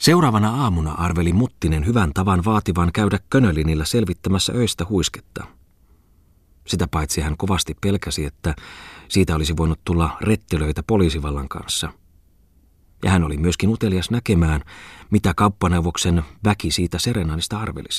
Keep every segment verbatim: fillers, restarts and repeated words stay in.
Seuraavana aamuna arveli Muttinen hyvän tavan vaativan käydä Könölinillä selvittämässä öistä huisketta. Sitä paitsi hän kovasti pelkäsi, että siitä olisi voinut tulla rettelöitä poliisivallan kanssa. Ja hän oli myöskin utelias näkemään, mitä kauppaneuvoksen väki siitä Serenanista arvelisi.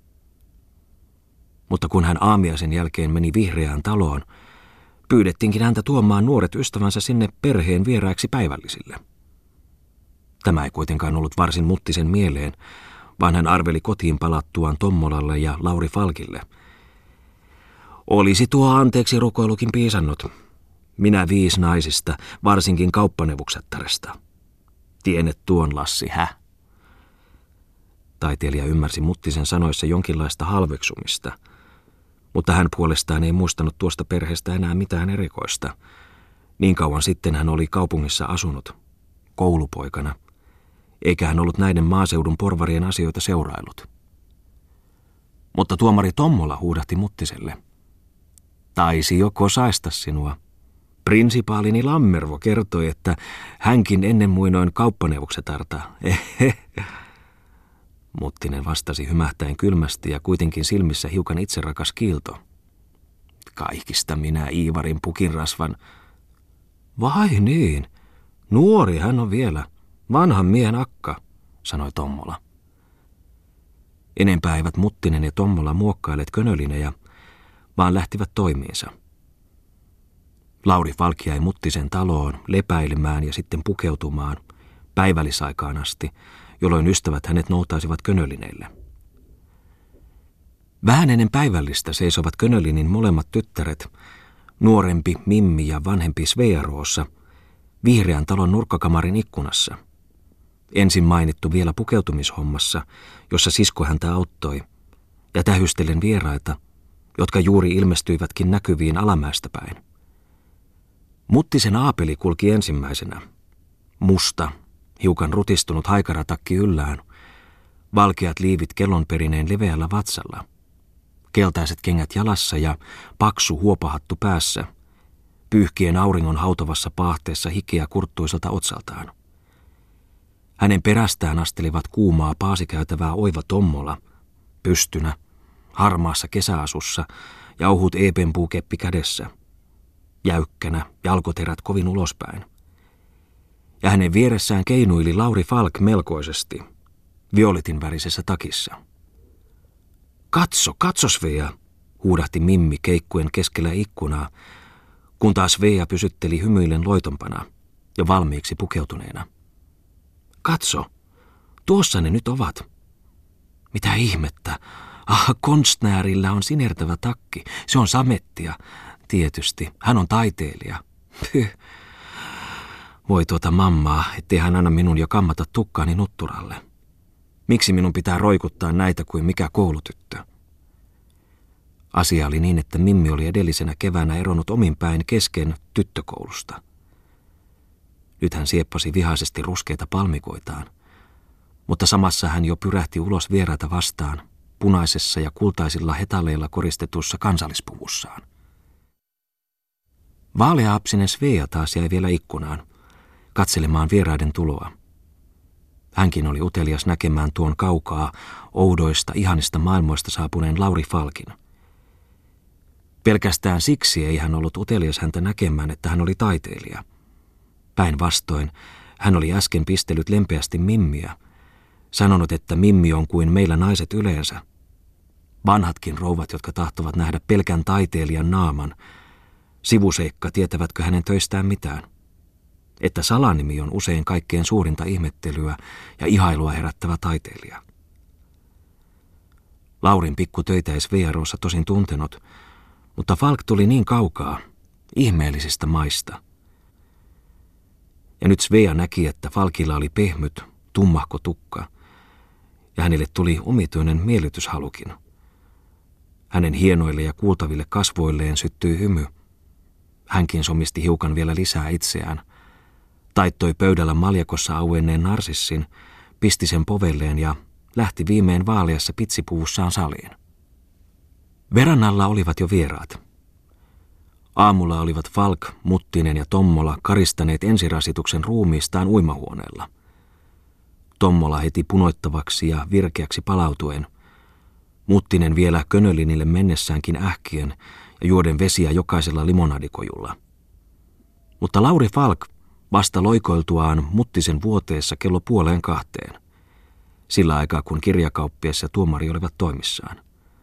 Mutta kun hän aamiaisen jälkeen meni Vihreään taloon, pyydettiinkin häntä tuomaan nuoret ystävänsä sinne perheen vieraiksi päivällisille. Tämä ei kuitenkaan ollut varsin Muttisen mieleen, vaan hän arveli kotiin palattuaan Tommolalle ja Lauri Falkille. Olisi tuo anteeksi rukoilukin piisannut. Minä viis naisista, varsinkin kauppaneuvoksettaresta. Tienet tuon, Lassi, häh? Taiteilija ymmärsi Muttisen sanoissa jonkinlaista halveksumista, mutta hän puolestaan ei muistanut tuosta perheestä enää mitään erikoista. Niin kauan sitten hän oli kaupungissa asunut, koulupoikana, eikä hän ollut näiden maaseudun porvarien asioita seuraillut. Mutta tuomari Tommola huudahti Muttiselle. Taisi jo kosaista sinua. Prinsipaalini Lammervo kertoi, että hänkin ennen muinoin kauppaneuvoksetarta. Ehe. Muttinen vastasi hymähtäen kylmästi ja kuitenkin silmissä hiukan itserakas kiilto. Kaikista minä Iivarin pukinrasvan. Vai niin? Nuori hän on vielä. Vanhan miehen akka, sanoi Tommola. Enempää eivät Muttinen ja Tommola muokkailleet Könölinejä, vaan lähtivät toimiinsa. Lauri Falk jäi Muttisen taloon lepäilemään ja sitten pukeutumaan päivällisaikaan asti, jolloin ystävät hänet noutaisivat Könölineille. Vähän ennen päivällistä seisovat Könölinin molemmat tyttäret, nuorempi Mimmi ja vanhempi Svea Roosa, Vihreän talon nurkkakamarin ikkunassa. Ensin mainittu vielä pukeutumishommassa, jossa sisko häntä auttoi, ja tähystellen vieraita, jotka juuri ilmestyivätkin näkyviin alamäestä päin. Muttisen aapeli kulki ensimmäisenä. Musta, hiukan rutistunut haikaratakki yllään, valkeat liivit kellonperineen leveällä vatsalla, keltaiset kengät jalassa ja paksu huopahattu päässä, pyyhkien auringon hautovassa paahteessa hikeä kurttuiselta otsaltaan. Hänen perästään astelivat kuumaa paasikäytävää Oiva Tommola, pystynä, harmaassa kesäasussa ja ohut eepenpuukeppi kädessä, jäykkänä, jalkoterät kovin ulospäin. Ja hänen vieressään keinuili Lauri Falk melkoisesti, violetin värisessä takissa. Katso, katso Svea, huudahti Mimmi keikkuen keskellä ikkunaa, kun taas Svea pysytteli hymyillen loitompana ja valmiiksi pukeutuneena. Katso, tuossa ne nyt ovat. Mitä ihmettä? Ah, konstnäärillä on sinertävä takki. Se on samettia. Tietysti, hän on taiteilija. Pyh. Voi tuota mammaa, ettei hän anna minun jo kammata tukkaani nutturalle. Miksi minun pitää roikuttaa näitä kuin mikä koulutyttö? Asia oli niin, että Mimmi oli edellisenä keväänä eronnut omin päin kesken tyttökoulusta. Nyt hän sieppasi vihaisesti ruskeita palmikoitaan, mutta samassa hän jo pyrähti ulos vieraita vastaan, punaisessa ja kultaisilla hetaleilla koristetussa kansallispuvussaan. Vaaleaapsinen Svea taas jäi vielä ikkunaan, katselemaan vieraiden tuloa. Hänkin oli utelias näkemään tuon kaukaa, oudoista, ihanista maailmoista saapuneen Lauri Falkin. Pelkästään siksi ei hän ollut utelias häntä näkemään, että hän oli taiteilija. Päinvastoin hän oli äsken pistellyt lempeästi Mimmiä, sanonut, että Mimmi on kuin meillä naiset yleensä. Vanhatkin rouvat, jotka tahtovat nähdä pelkän taiteilijan naaman, sivuseikka tietävätkö hänen töistään mitään. Että salanimi on usein kaikkein suurinta ihmettelyä ja ihailua herättävä taiteilija. Laurin pikkutöitä ei Svea Roosa tosin tuntenut, mutta Falk tuli niin kaukaa, ihmeellisistä maista. Ja nyt Svea näki, että Falkilla oli pehmyt, tummahko tukka, ja hänelle tuli omituinen miellytyshalukin. Hänen hienoille ja kuultaville kasvoilleen syttyi hymy. Hänkin somisti hiukan vielä lisää itseään, taittoi pöydällä maljakossa auenneen narsissin, pisti sen povelleen ja lähti viimein vaaleassa pitsipuvussaan saliin. Verannalla olivat jo vieraat. Aamulla olivat Falk, Muttinen ja Tommola karistaneet ensirasituksen ruumiistaan uimahuoneella. Tommola heti punoittavaksi ja virkeäksi palautuen. Muttinen vielä Könölinille mennessäänkin ähkien ja juoden vesiä jokaisella limonadikojulla. Mutta Lauri Falk vasta loikoiltuaan Muttisen vuoteessa kello puoleen kahteen, sillä aikaa kun kirjakauppias ja tuomari olivat toimissaan.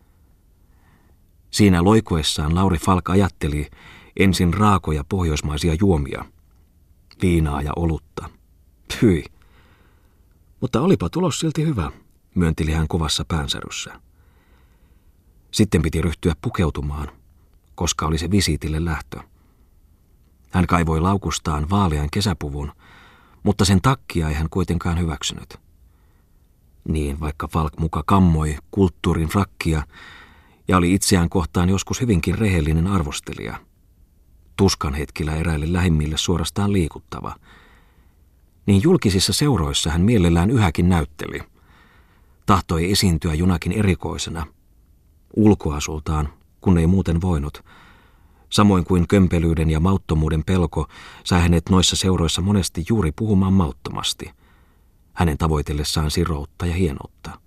Siinä loikoessaan Lauri Falk ajatteli ensin raakoja pohjoismaisia juomia, viinaa ja olutta. Hyi. Mutta olipa tulos silti hyvä, myöntili hän kovassa päänsäryssä. Sitten piti ryhtyä pukeutumaan, koska oli se visiitille lähtö. Hän kaivoi laukustaan vaalean kesäpuvun, mutta sen takkia ei hän kuitenkaan hyväksynyt. Niin, vaikka Falk muka kammoi kulttuurin frakkia ja oli itseään kohtaan joskus hyvinkin rehellinen arvostelija. Tuskan hetkillä eräille lähimmille suorastaan liikuttava. Niin julkisissa seuroissa hän mielellään yhäkin näytteli. Tahtoi esiintyä jonakin erikoisena. Ulkoasultaan, kun ei muuten voinut. Samoin kuin kömpelyyden ja mauttomuuden pelko sai hänet noissa seuroissa monesti juuri puhumaan mauttomasti, hänen tavoitellessaan siroutta ja hienoutta.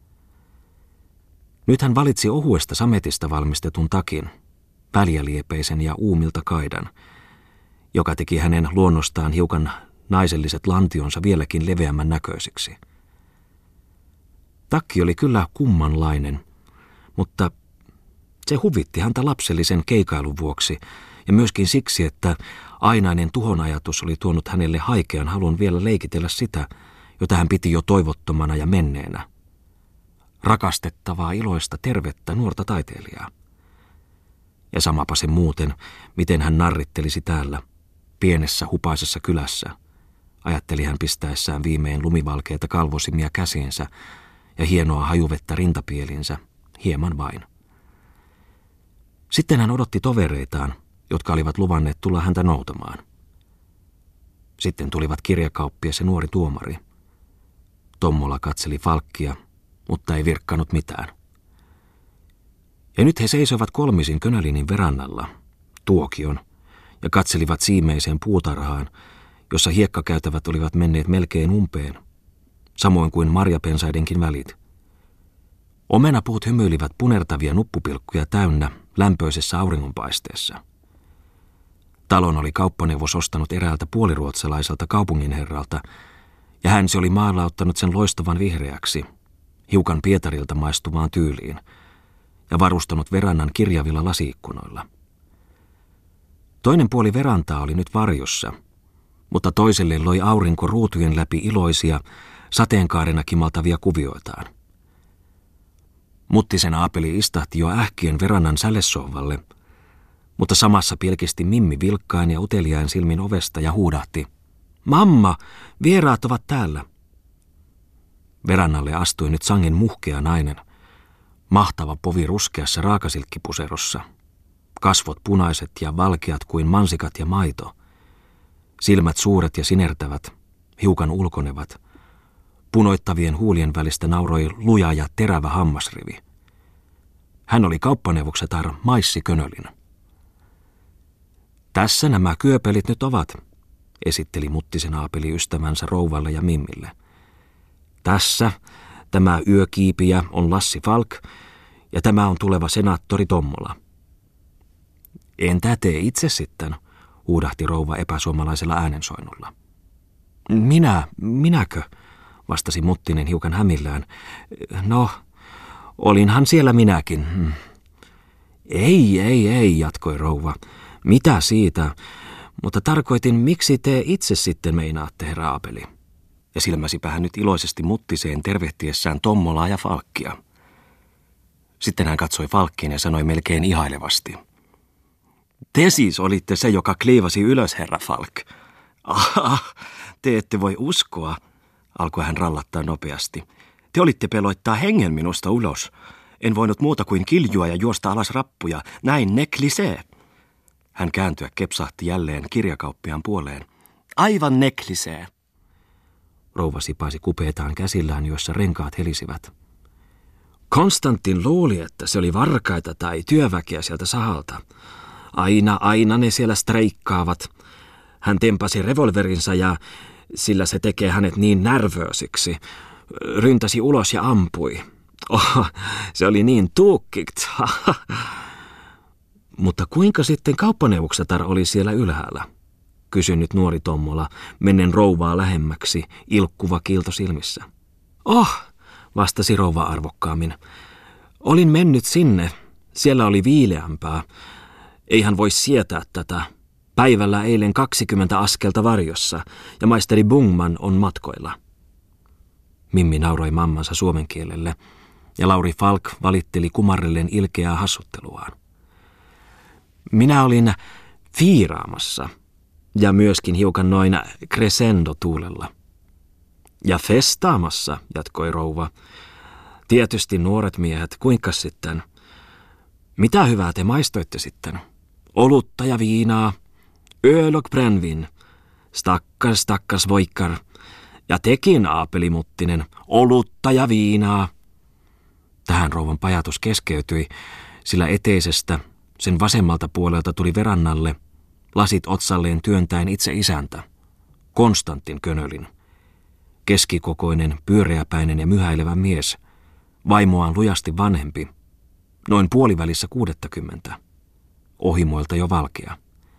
Nyt hän valitsi ohuesta sametista valmistetun takin, väljäliepeisen ja uumilta kaidan, joka teki hänen luonnostaan hiukan naiselliset lantionsa vieläkin leveämmän näköisiksi. Takki oli kyllä kummanlainen, mutta se huvitti häntä lapsellisen keikailun vuoksi ja myöskin siksi, että ainainen tuhonajatus oli tuonut hänelle haikean halun vielä leikitellä sitä, jota hän piti jo toivottomana ja menneenä. Rakastettavaa, iloista, tervettä nuorta taiteilijaa. Ja samapa se muuten, miten hän narrittelisi täällä, pienessä hupaisessa kylässä, ajatteli hän pistäessään viimein lumivalkeita kalvosimia käsiinsä ja hienoa hajuvettä rintapielinsä, hieman vain. Sitten hän odotti tovereitaan, jotka olivat luvanneet tulla häntä noutamaan. Sitten tulivat kirjakauppias ja nuori tuomari. Tommola katseli Falkkia, mutta ei virkkanut mitään. Ja nyt he seisoivat kolmisin Könölinin verannalla, tuokion, ja katselivat siimeiseen puutarhaan, jossa hiekkakäytävät olivat menneet melkein umpeen, samoin kuin marjapensaidenkin välit. Omenapuut hymyilivät punertavia nuppupilkkuja täynnä lämpöisessä auringonpaisteessa. Talon oli kauppaneuvos ostanut eräältä puoliruotsalaiselta kaupunginherralta, ja hän se oli maalauttanut sen loistavan vihreäksi, hiukan Pietarilta maistuvaan tyyliin, ja varustanut verannan kirjavilla lasiikkunoilla. Toinen puoli verantaa oli nyt varjossa, mutta toiselle loi aurinko ruutujen läpi iloisia, sateenkaarena kimaltavia kuvioitaan. Muttisen Aapeli istahti jo ähkien verannan sällesohvalle, mutta samassa pilkisti Mimmi vilkkain ja uteliain silmin ovesta ja huudahti: "Mamma, vieraat ovat täällä." Verannalle astui nyt sangen muhkea nainen, mahtava povi ruskeassa raakasilkkipuserossa, kasvot punaiset ja valkeat kuin mansikat ja maito, silmät suuret ja sinertävät, hiukan ulkonevat, punoittavien huulien välistä nauroi luja ja terävä hammasrivi. Hän oli kauppaneuvoksetar Maissi Könölin. "Tässä nämä kyöpelit nyt ovat", esitteli Muttisen Aapeli ystävänsä rouvalle ja Mimmille. "Tässä tämä yökiipijä on Lassi Falk ja tämä on tuleva senaattori Tommola." "Entä tee itse sitten?" huudahti rouva epäsuomalaisella äänensoinnulla. "Minä, minäkö?" vastasi Muttinen hiukan hämillään. "No, olinhan siellä minäkin." "Ei, ei, ei", jatkoi rouva. "Mitä siitä? Mutta tarkoitin, miksi te itse sitten meinaatte, herra Aapeli?" Ja silmäsipä hän nyt iloisesti Muttiseen tervehtiessään Tommolaa ja Falkkia. Sitten hän katsoi Falkkiin ja sanoi melkein ihailevasti: "Te siis olitte se, joka kliivasi ylös, herra Falk." "Ah, te ette voi uskoa", alkoi hän rallattaa nopeasti. "Te olitte peloittaa hengen minusta ulos. En voinut muuta kuin kiljua ja juosta alas rappuja. Näin ne klisee." Hän kääntyä kepsahti jälleen kirjakauppiaan puoleen. "Aivan neklisee." Rouva sipasi kupeetaan käsillään, joissa renkaat helisivät. "Konstantin luuli, että se oli varkaita tai työväkeä sieltä sahalta. Aina, aina ne siellä streikkaavat. Hän tempasi revolverinsa ja sillä se tekee hänet niin närvöösiksi. Ryntäsi ulos ja ampui. Oh, se oli niin tuukkikt. Mutta kuinka sitten kauppaneuvoksatar oli siellä ylhäällä? Kysyi nyt nuori Tommola, mennen rouvaa lähemmäksi, ilkkuva kiilto silmissä. Oh, vastasi rouva arvokkaammin. Olin mennyt sinne. Siellä oli viileämpää. Ei hän voi sietää tätä. Päivällä eilen kaksikymmentä askelta varjossa, ja maisteri Bungman on matkoilla. Mimmi nauroi mammansa suomen kielelle, ja Lauri Falk valitteli kumarrellen ilkeää hassutteluaan. Minä olin fiiraamassa, ja myöskin hiukan noin crescendo-tuulella. Ja festaamassa, jatkoi rouva. Tietysti nuoret miehet, kuinka sitten? Mitä hyvää te maistoitte sitten? Olutta ja viinaa, öl och brännvin, stakkas, stakkas voikkar, ja tekin, Aapeli Muttinen, olutta ja viinaa. Tähän rouvan pajatus keskeytyi, sillä eteisestä, sen vasemmalta puolelta tuli verannalle, lasit otsalleen työntäen itse isäntä, Konstantin Könölin. Keskikokoinen, pyöreäpäinen ja myhäilevä mies, vaimoaan lujasti vanhempi, noin puolivälissä kuudettakymmentä, ohimoilta jo valkea.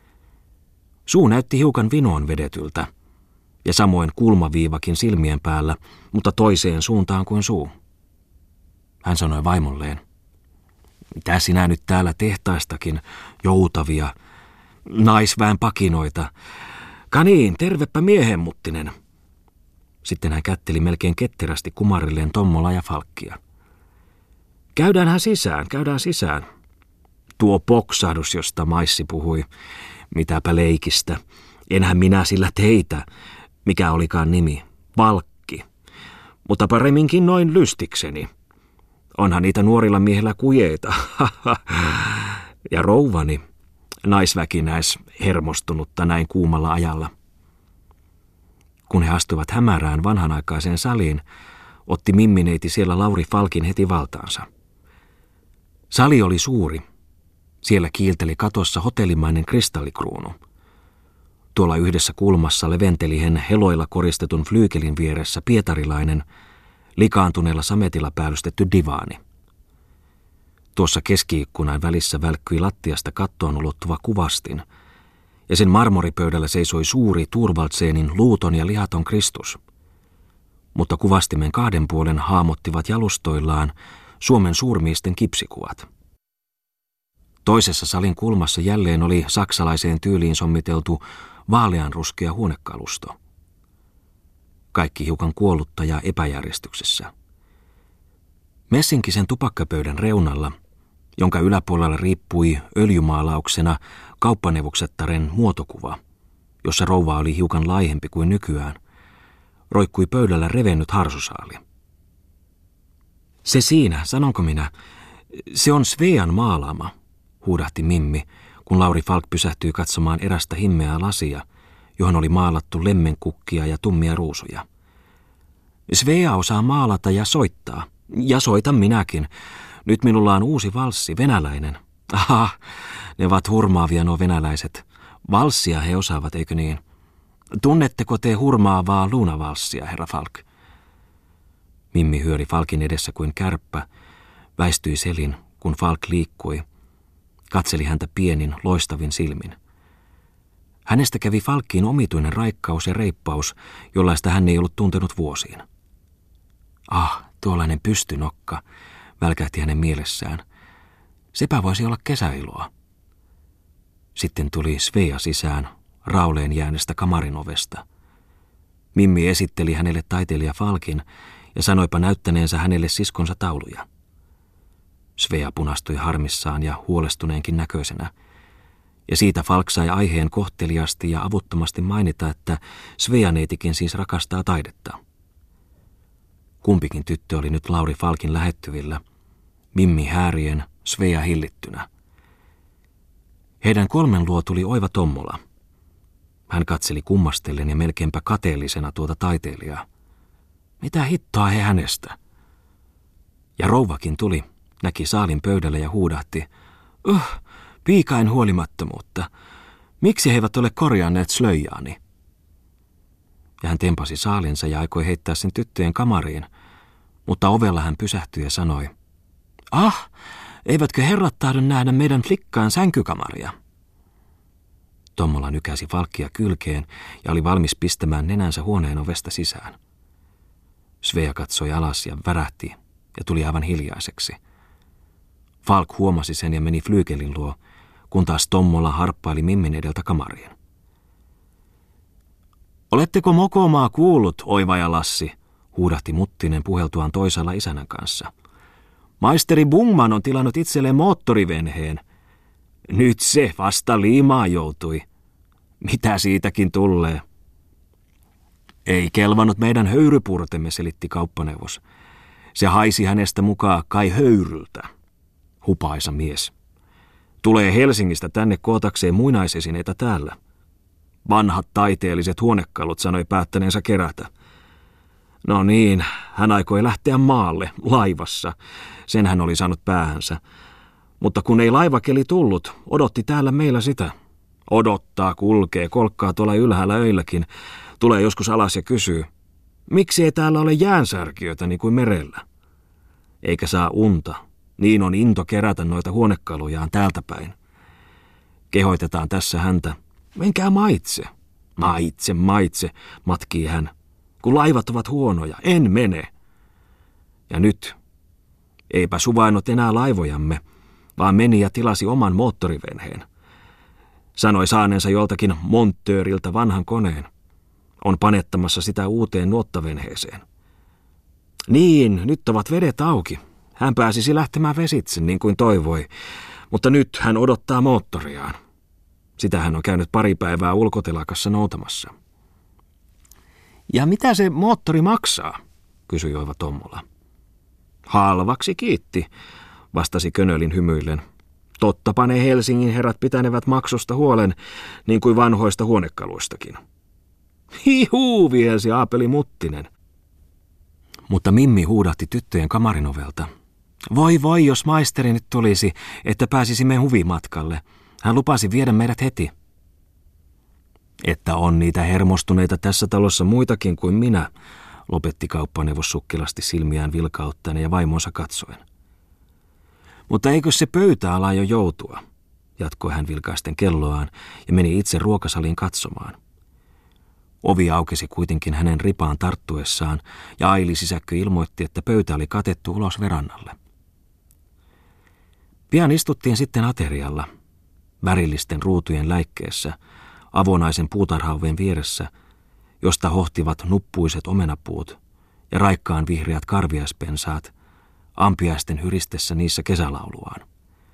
Suu näytti hiukan vinoon vedetyltä, ja samoin kulmaviivakin silmien päällä, mutta toiseen suuntaan kuin suu. Hän sanoi vaimolleen, mitä sinä nyt täällä tehtaistakin, joutavia, naisväen pakinoita. Ka niin, tervepä miehen Muttinen. Sitten hän kätteli melkein ketterästi kumarilleen Tommola ja Falkkia. Käydäänhän sisään, käydään sisään. Tuo poksahdus, josta Maissi puhui. Mitäpä leikistä. Enhän minä sillä teitä. Mikä olikaan nimi? Valkki. Mutta paremminkin noin lystikseni. Onhan niitä nuorilla miehillä kujeita. Ja rouvani, naisväkinäis hermostunutta näin kuumalla ajalla. Kun he astuivat hämärään vanhanaikaiseen saliin, otti mimmineiti siellä Lauri Falkin heti valtaansa. Sali oli suuri. Siellä kiilteli katossa hotellimainen kristallikruunu. Tuolla yhdessä kulmassa leventeli hän heloilla koristetun flyykelin vieressä pietarilainen, likaantuneella sametilla päällystetty divaani. Tuossa keskiikkunan välissä välkkyi lattiasta kattoon ulottuva kuvastin, ja sen marmoripöydällä seisoi suuri Thorvaldseenin luuton ja lihaton Kristus. Mutta kuvastimen kahden puolen haamottivat jalustoillaan Suomen suurmiesten kipsikuvat. Toisessa salin kulmassa jälleen oli saksalaiseen tyyliin sommiteltu vaaleanruskea huonekalusto. Kaikki hiukan kuollutta ja epäjärjestyksessä. Messinkisen tupakkapöydän reunalla, jonka yläpuolella riippui öljymaalauksena kauppaneuvoksettaren muotokuva, jossa rouva oli hiukan laihempi kuin nykyään, roikkui pöydällä revennyt harsusaali. Se siinä, sanonko minä, se on Svean maalaama, huudahti Mimmi, kun Lauri Falk pysähtyi katsomaan erästä himmeää lasia, johon oli maalattu lemmenkukkia ja tummia ruusuja. Svea osaa maalata ja soittaa. Ja soitan minäkin. Nyt minulla on uusi valssi, venäläinen. Aha, ne ovat hurmaavia nuo venäläiset. Valssia he osaavat, eikö niin? Tunnetteko te hurmaavaa luunavalssia, herra Falk? Mimmi hyöri Falkin edessä kuin kärppä, väistyi selin, kun Falk liikkui. Katseli häntä pienin, loistavin silmin. Hänestä kävi Falkkiin omituinen raikkaus ja reippaus, jollaista hän ei ollut tuntenut vuosiin. Ah, tuollainen pystynokka, välkähti hänen mielessään. Sepä voisi olla kesäiloa. Sitten tuli Svea sisään, rauleen jäänestä kamarin ovesta. Mimmi esitteli hänelle taiteilija Falkin ja sanoipa näyttäneensä hänelle siskonsa tauluja. Svea punastui harmissaan ja huolestuneenkin näköisenä. Ja siitä Falk sai aiheen kohteliasti ja avuttomasti mainita, että Svea-neitikin siis rakastaa taidetta. Kumpikin tyttö oli nyt Lauri Falkin lähettyvillä, Mimmi häärien, Svea hillittynä. Heidän kolmen luo tuli oiva Tommola. Hän katseli kummastellen ja melkeinpä kateellisena tuota taiteilijaa. Mitä hittoa he hänestä? Ja rouvakin tuli, näki saalin pöydällä ja huudahti. Uh, piikain huolimattomuutta. Miksi he eivät ole korjanneet slöijaani? ja hän tempasi saalinsa ja aikoi heittää sen tyttöjen kamariin, mutta ovella hän pysähtyi ja sanoi, "Ah, eivätkö herrat tahdo nähdä meidän flikkaan sänkykamaria?" Tommola nykäsi Falkia kylkeen ja oli valmis pistämään nenänsä huoneen ovesta sisään. Svea katsoi alas ja värähti ja tuli aivan hiljaiseksi. Falk huomasi sen ja meni Flygelin luo, kun taas Tommola harppaili Mimmin edeltä kamariin. "Oletteko mokomaa kuullut, Oivaja Lassi?" huudahti Muttinen puheltuaan toisaalla isännän kanssa. "Maisteri Bungman on tilannut itselleen moottorivenheen. Nyt se vasta liimaa joutui. Mitä siitäkin tulee?" "Ei kelvannut meidän höyrypurtemme", selitti kauppaneuvos. "Se haisi hänestä mukaan kai höyryltä." Hupaisa mies. "Tulee Helsingistä tänne kootakseen muinaisesineitä täällä. Vanhat taiteelliset huonekalut", sanoi päättäneensä kerätä. No niin, hän aikoi lähteä maalle, laivassa. Sen hän oli saanut päähänsä. Mutta kun ei laivakeli tullut, odotti täällä meillä sitä. Odottaa, kulkee, kolkkaa tuolla ylhäällä öilläkin. Tulee joskus alas ja kysyy, miksi ei täällä ole jäänsärkiöitä niin kuin merellä? Eikä saa unta. Niin on into kerätä noita huonekalujaan täältä päin. Kehoitetaan tässä häntä. Menkää maitse. Maitse, maitse, matkii hän. Kun laivat ovat huonoja, en mene. Ja nyt, eipä suvainnut enää laivojamme, vaan meni ja tilasi oman moottorivenheen. Sanoi saaneensa joltakin monttööriltä vanhan koneen. On panettamassa sitä uuteen nuottavenheeseen. Niin, nyt ovat vedet auki. Hän pääsisi lähtemään vesitse niin kuin toivoi, mutta nyt hän odottaa moottoriaan. Sitä hän on käynyt pari päivää ulkotelakassa noutamassa. Ja mitä se moottori maksaa? Kysyi Oiva Tommola. Halvaksi kiitti, vastasi Könölin hymyillen. Tottapa ne Helsingin herrat pitänevät maksusta huolen, niin kuin vanhoista huonekaluistakin. Hihuu, vihelsi Aapeli Muttinen. Mutta Mimmi huudahti tyttöjen kamarin ovelta. Voi voi, jos maisteri nyt tulisi, että pääsisimme huvimatkalle. Hän lupasi viedä meidät heti. Että on niitä hermostuneita tässä talossa muitakin kuin minä, lopetti kauppaneuvos sukkelasti silmiään vilkauttaen ja vaimonsa katsoen. Mutta eikö se pöytä ala jo joutua, jatkoi hän vilkaisten kelloaan ja meni itse ruokasaliin katsomaan. Ovi aukesi kuitenkin hänen ripaan tarttuessaan ja Aili sisäkkö ilmoitti, että pöytä oli katettu ulos verannalle. Pian istuttiin sitten aterialla, värillisten ruutujen läikkeessä, avonaisen puutarhaoven vieressä, josta hohtivat nuppuiset omenapuut ja raikkaan vihreät karviaispensaat, ampiaisten hyristessä niissä kesälauluaan.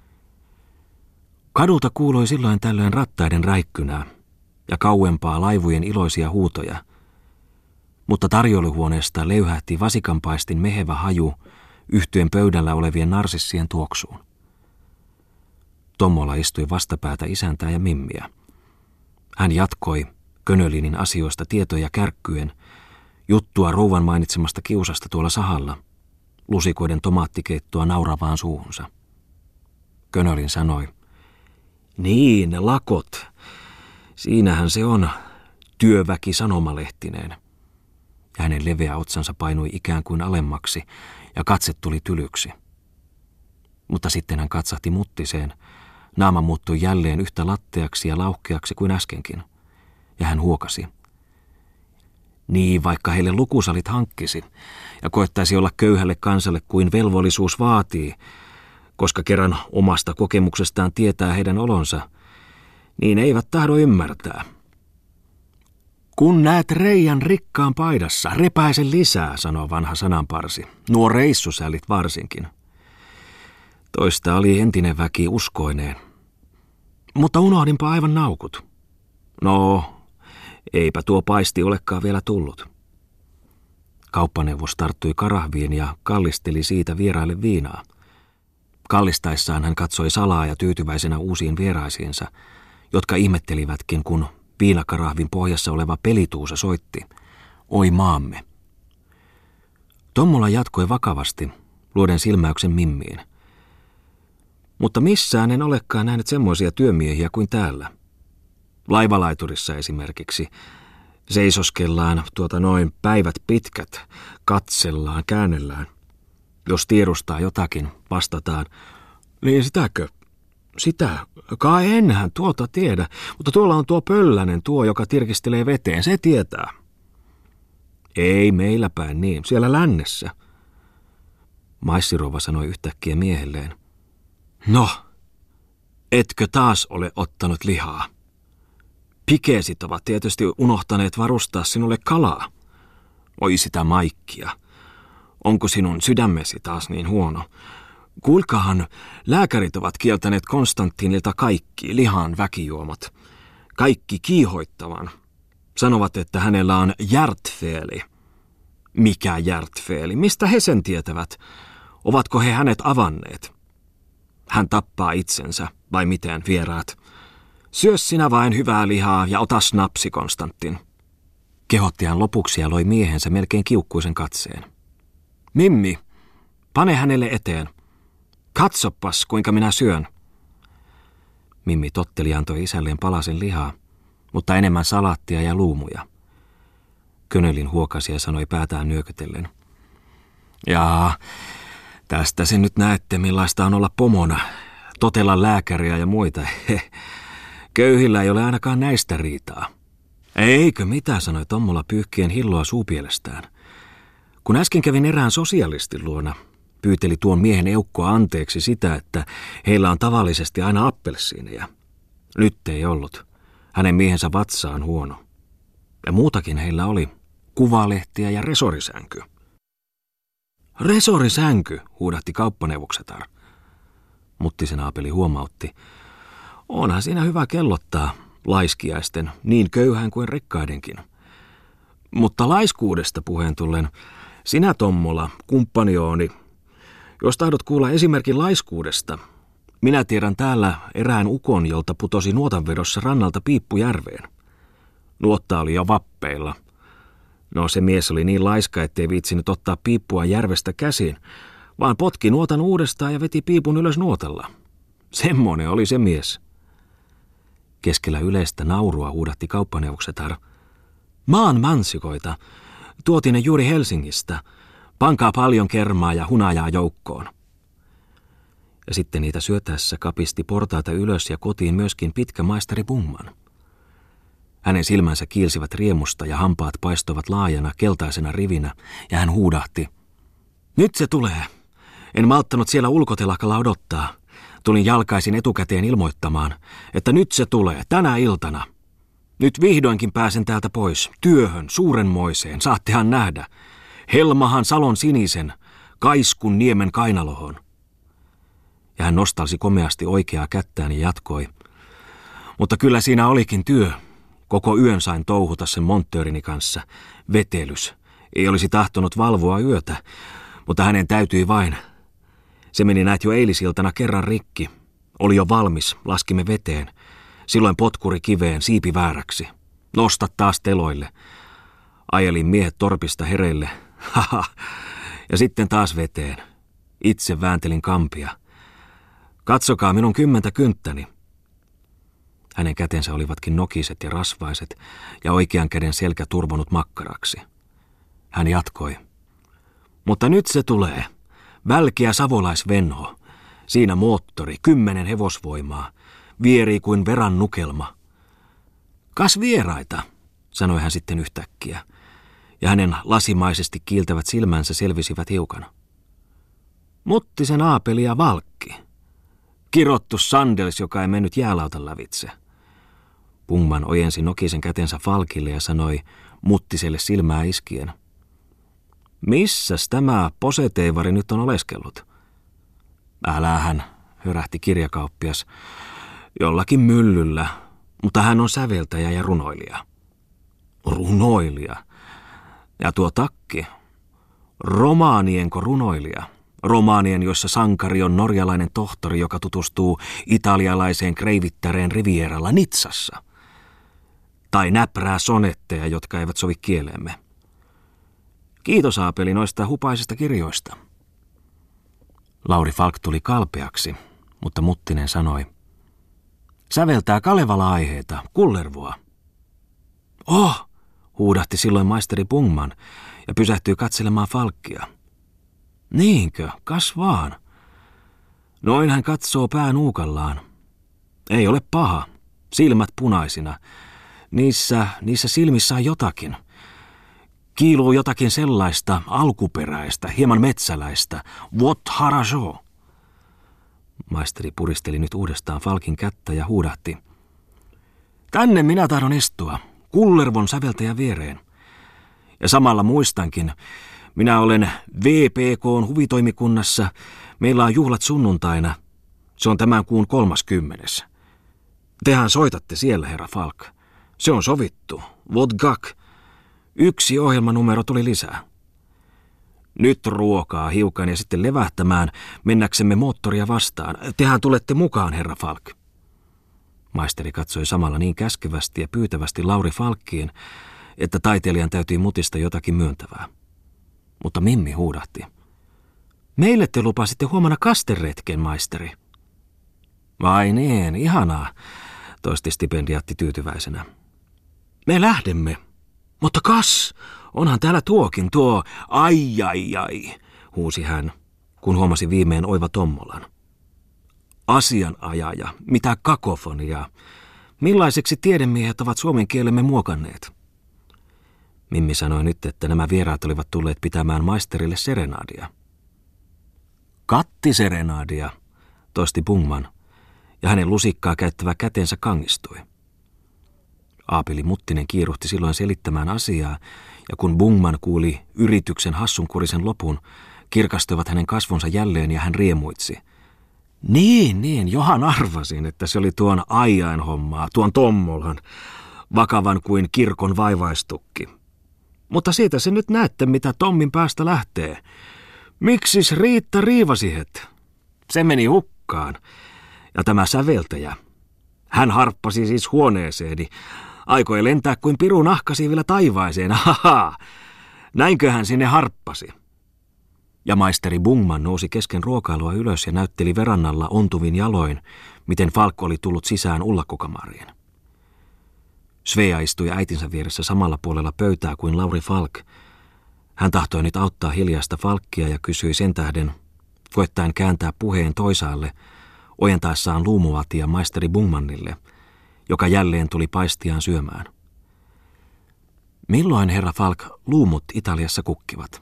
Kadulta kuului silloin tällöin rattaiden räikkynää ja kauempaa laivujen iloisia huutoja, mutta tarjoiluhuoneesta leyhähti vasikanpaistin mehevä haju yhtyen pöydällä olevien narsissien tuoksuun. Tommola istui vastapäätä isäntää ja Mimmiä. Hän jatkoi Könölinin asioista tietoja kärkkyen, juttua rouvan mainitsemasta kiusasta tuolla sahalla, lusikoiden tomaattikeittoa nauravaan suuhunsa. Könölin sanoi, niin, ne lakot. Siinähän se on, työväki sanomalehtineen. Ja hänen leveä otsansa painui ikään kuin alemmaksi ja katse tuli tylyksi. Mutta sitten hän katsahti Muttiseen. Naama muuttui jälleen yhtä latteaksi ja lauhkeaksi kuin äskenkin. Ja hän huokasi. Niin, vaikka heille lukusalit hankkisi ja koettaisi olla köyhälle kansalle kuin velvollisuus vaatii, koska kerran omasta kokemuksestaan tietää heidän olonsa, niin eivät tahdo ymmärtää. Kun näet reijän rikkaan paidassa, repäise lisää, sanoo vanha sananparsi. Nuo reissusälit varsinkin. Toista oli entinen väki uskoineen. Mutta unohdinpa aivan naukut. No, eipä tuo paisti olekaan vielä tullut. Kauppaneuvos tarttui karahviin ja kallisteli siitä vieraille viinaa. Kallistaessaan hän katsoi salaa ja tyytyväisenä uusiin vieraisiinsa, jotka ihmettelivätkin, kun viinakarahvin pohjassa oleva pelituusa soitti. Oi maamme. Tommola jatkoi vakavasti, luoden silmäyksen Mimmiin. Mutta missään en olekaan nähnyt semmoisia työmiehiä kuin täällä. Laivalaiturissa esimerkiksi. Seisoskellaan tuota noin päivät pitkät, katsellaan, käännellään. Jos tiedostaa jotakin, vastataan, niin sitäkö? Sitä? Kai enhän tuota tiedä, mutta tuolla on tuo pöllänen, tuo, joka tirkistelee veteen, se tietää. Ei meillä päin niin, siellä lännessä. Maissirouva sanoi yhtäkkiä miehelleen. No, etkö taas ole ottanut lihaa? Pikeesit ovat tietysti unohtaneet varustaa sinulle kalaa. Oi sitä maikkia. Onko sinun sydämesi taas niin huono? Kuulkahan, lääkärit ovat kieltäneet Konstantinilta kaikki lihan väkijuomat. Kaikki kiihoittavan. Sanovat, että hänellä on hjärtfeli. Mikä hjärtfeli? Mistä he sen tietävät? Ovatko he hänet avanneet? Hän tappaa itsensä, vai miten vieraat? Syö sinä vain hyvää lihaa ja ota snapsi, Konstantin. Kehotti hän lopuksi ja loi miehensä melkein kiukkuisen katseen. Mimmi, pane hänelle eteen. Katsopas, kuinka minä syön. Mimmi totteli antoi isälleen palasen lihaa, mutta enemmän salaattia ja luumuja. Könölin huokasi ja sanoi päätään nyökytellen. Jaa, tästä se nyt näette, millaista on olla pomona, totella lääkäriä ja muita. Köyhillä ei ole ainakaan näistä riitaa. Eikö mitä, sanoi Tommola pyyhkien hilloa suupielestään. Kun äsken kävin erään sosialistin luona, pyyteli tuon miehen eukkoa anteeksi sitä, että heillä on tavallisesti aina appelsiineja. Nyt ei ollut. Hänen miehensä vatsa on huono. Ja muutakin heillä oli. Kuvalehtiä ja resorisänky. Resorisänky, huudahti kauppaneuvoksetar. Muttisen Aapeli huomautti. Onhan siinä hyvä kellottaa laiskiaisten, niin köyhän kuin rikkaidenkin. Mutta laiskuudesta puheen tullen, sinä Tommola, kumppaniooni, jos tahdot kuulla esimerkin laiskuudesta, minä tiedän täällä erään ukon, jolta putosi nuotanvedossa rannalta Piippujärveen. Nuotta oli jo vappeilla. No se mies oli niin laiska, ettei viitsinyt ottaa piippua järvestä käsin, vaan potki nuotan uudestaan ja veti piipun ylös nuotalla. Semmoinen oli se mies. Keskellä yleistä naurua huudahti kauppaneuvoksetar. Maan mansikoita. Tuotiin ne juuri Helsingistä. Pankaa paljon kermaa ja hunajaa joukkoon. Ja sitten niitä syötäessä kapisti portaita ylös ja kotiin myöskin pitkä maisteri Bungman. Hänen silmänsä kiilsivät riemusta ja hampaat paistoivat laajana keltaisena rivinä ja hän huudahti. Nyt se tulee. En malttanut siellä ulkotelakalla odottaa. Tulin jalkaisin etukäteen ilmoittamaan, että nyt se tulee, tänä iltana. Nyt vihdoinkin pääsen täältä pois, työhön, suurenmoiseen, saattehan nähdä. Helmahan Salon sinisen, Kaiskun niemen kainalohon. Ja hän nostalsi komeasti oikeaa kättään ja jatkoi. Mutta kyllä siinä olikin työ. Koko yön sain touhuta sen monttöörini kanssa. Vetelys. Ei olisi tahtonut valvoa yötä, mutta hänen täytyi vain. Se meni näet jo eilisiltana kerran rikki. Oli jo valmis, laskimme veteen. Silloin potkuri kiveen, siipi vääräksi. Nosta taas teloille. Ajelin miehet torpista hereille. Haha. Ja sitten taas veteen. Itse vääntelin kampia. Katsokaa minun kymmentä kynttäni. Hänen kätensä olivatkin nokiset ja rasvaiset ja oikean käden selkä turvonut makkaraksi. Hän jatkoi. Mutta nyt se tulee. Välkiä savolaisvenho. Siinä moottori, kymmenen hevosvoimaa. Vierii kuin veran nukelma. Kas vieraita, sanoi hän sitten yhtäkkiä. Ja hänen lasimaisesti kiiltävät silmänsä selvisivät hiukan. Muttisen Aapeli ja Valkki. Kirottu Sandels, joka ei mennyt jäälautan lävitse. Bungman ojensi nokisen kätensä Falkille ja sanoi Muttiselle silmää iskien. Missäs tämä poseteivari nyt on oleskellut? Älähän, hörähti kirjakauppias. Jollakin myllyllä, mutta hän on säveltäjä ja runoilija. Runoilija? Ja tuo takki? Romaanienko runoilija? Romaanien, joissa sankari on norjalainen tohtori, joka tutustuu italialaiseen kreivittäreen Rivieralla Nitsassa. Tai näprää sonetteja, jotka eivät sovi kieleemme. Kiitos Aapeli noista hupaisista kirjoista. Lauri Falk tuli kalpeaksi, mutta Muttinen sanoi. Säveltää Kalevala-aiheita, Kullervoa. Oh, huudahti silloin maisteri Bungman ja pysähtyi katselemaan Falkia. Niinkö, kas vaan. Noin hän katsoo pää nuukallaan. Ei ole paha, silmät punaisina. Niissä, niissä silmissä on jotakin. Kiiluu jotakin sellaista alkuperäistä, hieman metsäläistä. What harajo? Maisteri puristeli nyt uudestaan Falkin kättä ja huudahti. Tänne minä tahdon istua, Kullervon säveltäjän viereen. Ja samalla muistankin, minä olen V P K:n huvitoimikunnassa, meillä on juhlat sunnuntaina. Se on tämän kuun kolmaskymmenes. Tehän soitatte siellä, herra Falk. Se on sovittu. What gak? Yksi ohjelmanumero tuli lisää. Nyt ruokaa hiukan ja sitten levähtämään, mennäksemme moottoria vastaan. Tehän tulette mukaan, herra Falk. Maisteri katsoi samalla niin käskevästi ja pyytävästi Lauri Falkkiin, että taiteilijan täytyi mutista jotakin myöntävää. Mutta Mimmi huudahti. Meille te lupasitte huomenna kasteretken, maisteri. Vai niin, ihanaa, toisti stipendiaatti tyytyväisenä. Me lähdemme. Mutta kas, onhan täällä tuokin tuo, ai ai ai, huusi hän, kun huomasi viimein Oiva Tommolan. Asianajaja, mitä kakofoniaa. Millaiseksi tiedemiehet ovat suomen kielemme muokanneet? Mimmi sanoi nyt, että nämä vieraat olivat tulleet pitämään maisterille serenaadia. Kattiserenaadia, toisti Bungman, ja hänen lusikkaa käyttävä kätensä kangistui. Aapeli Muttinen kiiruhti silloin selittämään asiaa, ja kun Bungman kuuli yrityksen hassunkurisen lopun, kirkastuivat hänen kasvonsa jälleen ja hän riemuitsi. Niin, niin, johan arvasin, että se oli tuon aijain hommaa, tuon Tommolan, vakavan kuin kirkon vaivaistukki. Mutta siitä se nyt näette, mitä Tommin päästä lähtee. Miksis Riitta riivasihet? Se meni hukkaan. Ja tämä säveltäjä. Hän harppasi siis huoneeseeni. Aikoi lentää kuin piru nahkasi vielä taivaaseen. Haha! Näinköhän sinne harppasi. Ja maisteri Bungman nousi kesken ruokailua ylös ja näytteli verannalla ontuvin jaloin, miten Falk oli tullut sisään ullakkokamariin. Svea istui äitinsä vieressä samalla puolella pöytää kuin Lauri Falk. Hän tahtoi nyt auttaa hiljaista Falkia ja kysyi sen tähden, koettaen kääntää puheen toisaalle, ojentaessaan luumuvatia maisteri Bungmanille, joka jälleen tuli paistiaan syömään. Milloin herra Falk luumut Italiassa kukkivat?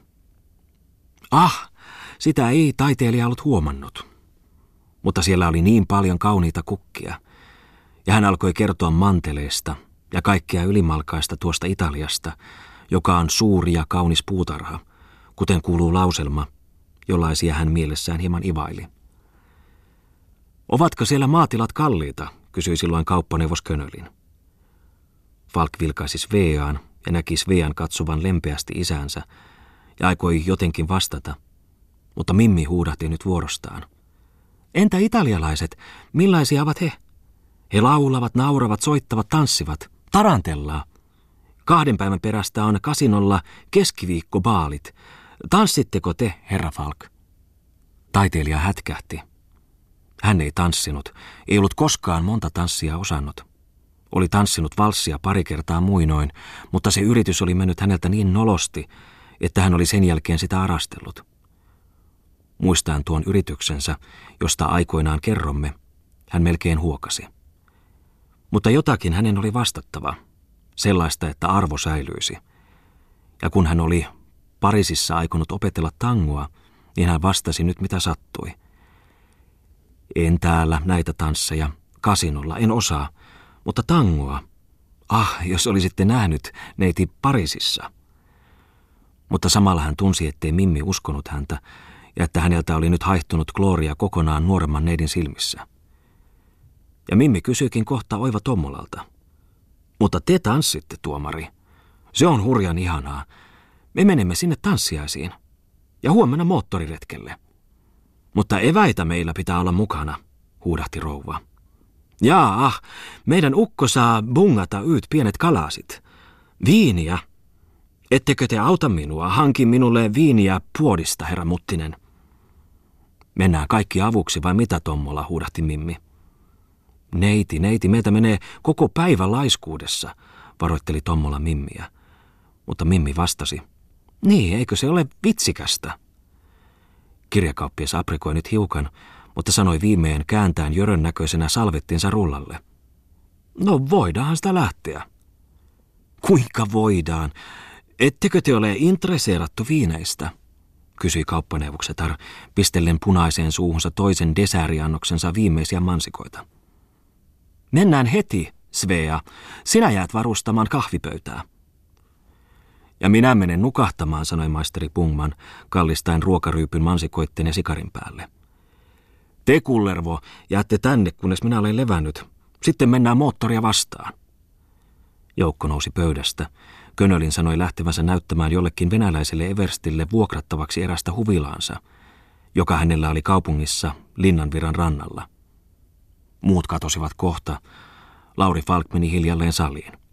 Ah, sitä ei taiteilija ollut huomannut. Mutta siellä oli niin paljon kauniita kukkia, ja hän alkoi kertoa manteleista ja kaikkea ylimalkaista tuosta Italiasta, joka on suuri ja kaunis puutarha, kuten kuuluu lauselma, jollaisia hän mielessään hieman ivaili. Ovatko siellä maatilat kalliita, kysyi silloin kauppaneuvos Könölin. Falk vilkaisi Sveaan ja näki Svean katsovan lempeästi isäänsä ja aikoi jotenkin vastata, mutta Mimmi huudahti nyt vuorostaan. Entä italialaiset, millaisia ovat he? He laulavat, nauravat, soittavat, tanssivat, tarantellaa. Kahden päivän perästä on kasinolla keskiviikkobaalit. Tanssitteko te, herra Falk? Taiteilija hätkähti. Hän ei tanssinut, ei ollut koskaan monta tanssia osannut. Oli tanssinut valssia pari kertaa muinoin, mutta se yritys oli mennyt häneltä niin nolosti, että hän oli sen jälkeen sitä arastellut. Muistaen tuon yrityksensä, josta aikoinaan kerromme, hän melkein huokasi. Mutta jotakin hänen oli vastattava, sellaista, että arvo säilyisi. Ja kun hän oli Pariisissa aikonut opetella tangoa, niin hän vastasi nyt mitä sattui. En täällä näitä tansseja, kasinolla, en osaa, mutta tangoa. Ah, jos olisitte nähnyt neiti Pariisissa. Mutta samalla hän tunsi, ettei Mimmi uskonut häntä, ja että häneltä oli nyt haihtunut glooria kokonaan nuoremman neidin silmissä. Ja Mimmi kysyikin kohta Oiva Tommolalta. Mutta te tanssitte, tuomari. Se on hurjan ihanaa. Me menemme sinne tanssiaisiin. Ja huomenna moottoriretkelle. Mutta eväitä meillä pitää olla mukana, huudahti rouva. Jaa, ah, meidän ukko saa bungata yt pienet kalasit. Viiniä. Ettekö te auta minua? Hankin minulle viiniä puodista, herra Muttinen. Mennään kaikki avuksi vai mitä, Tommola, huudahti Mimmi. Neiti, neiti, meitä menee koko päivä laiskuudessa, varoitteli Tommola Mimmiä. Mutta Mimmi vastasi, niin, eikö se ole vitsikästä? Kirjakauppias aprikoi nyt hiukan, mutta sanoi viimein kääntäen Jörön näköisenä salvettinsa rullalle. No voidaanhan sitä lähteä. Kuinka voidaan? Ettekö te ole intresseerattu viineistä? Kysyi kauppaneuvoksetar, pistellen punaiseen suuhunsa toisen desääriannoksensa viimeisiä mansikoita. Mennään heti, Svea. Sinä jäät varustamaan kahvipöytää. Ja minä menen nukahtamaan, sanoi maisteri Pungman, kallistaen ruokaryypyn mansikoitten ja sikarin päälle. Te, Kullervo, jäätte tänne, kunnes minä olen levännyt. Sitten mennään moottoria vastaan. Joukko nousi pöydästä. Könölin sanoi lähtevänsä näyttämään jollekin venäläiselle everstille vuokrattavaksi erästä huvilaansa, joka hänellä oli kaupungissa Linnanvirran rannalla. Muut katosivat kohta. Lauri Falk meni hiljalleen saliin.